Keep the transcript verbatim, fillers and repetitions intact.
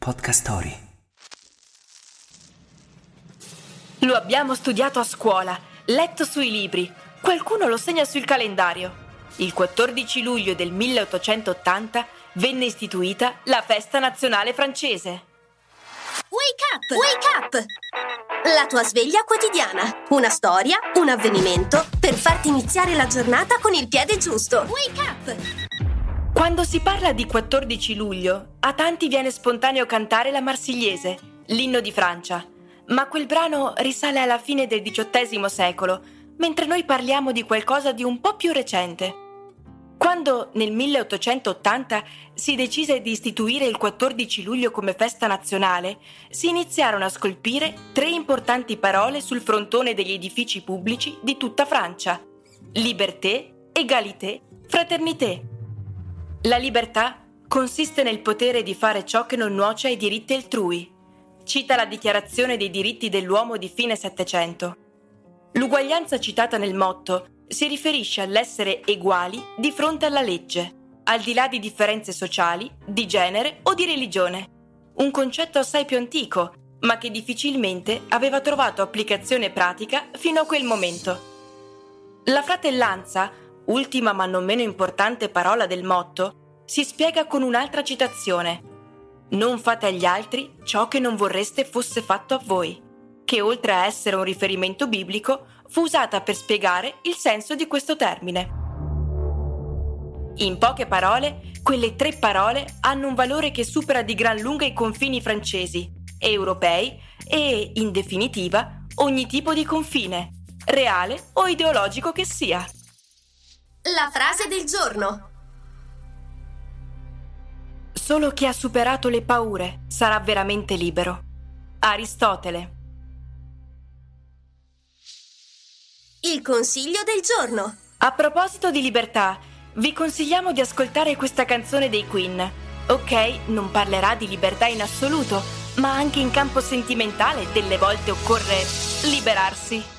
Podcast Story. Lo abbiamo studiato a scuola, letto sui libri, qualcuno lo segna sul calendario. Il quattordici luglio del milleottocentottanta venne istituita la festa nazionale francese. Wake up! Wake up! La tua sveglia quotidiana. Una storia, un avvenimento per farti iniziare la giornata con il piede giusto. Wake up! Quando si parla di quattordici luglio, a tanti viene spontaneo cantare la Marsigliese, l'inno di Francia. Ma quel brano risale alla fine del diciottesimo secolo, mentre noi parliamo di qualcosa di un po' più recente. Quando nel milleottocentottanta si decise di istituire il quattordici luglio come festa nazionale, si iniziarono a scolpire tre importanti parole sul frontone degli edifici pubblici di tutta Francia: liberté, égalité, fraternité. La libertà consiste nel potere di fare ciò che non nuoce ai diritti altrui. Cita la Dichiarazione dei diritti dell'uomo di fine Settecento. L'uguaglianza citata nel motto si riferisce all'essere eguali di fronte alla legge, al di là di differenze sociali, di genere o di religione. Un concetto assai più antico, ma che difficilmente aveva trovato applicazione pratica fino a quel momento. La fratellanza, ultima ma non meno importante parola del motto, si spiega con un'altra citazione: non fate agli altri ciò che non vorreste fosse fatto a voi, che oltre a essere un riferimento biblico, fu usata per spiegare il senso di questo termine. In poche parole, quelle tre parole hanno un valore che supera di gran lunga i confini francesi, europei e, in definitiva, ogni tipo di confine, reale o ideologico che sia. La frase del giorno. Solo chi ha superato le paure sarà veramente libero. Aristotele. Il consiglio del giorno. A proposito di libertà, vi consigliamo di ascoltare questa canzone dei Queen. Ok, non parlerà di libertà in assoluto, ma anche in campo sentimentale delle volte occorre liberarsi.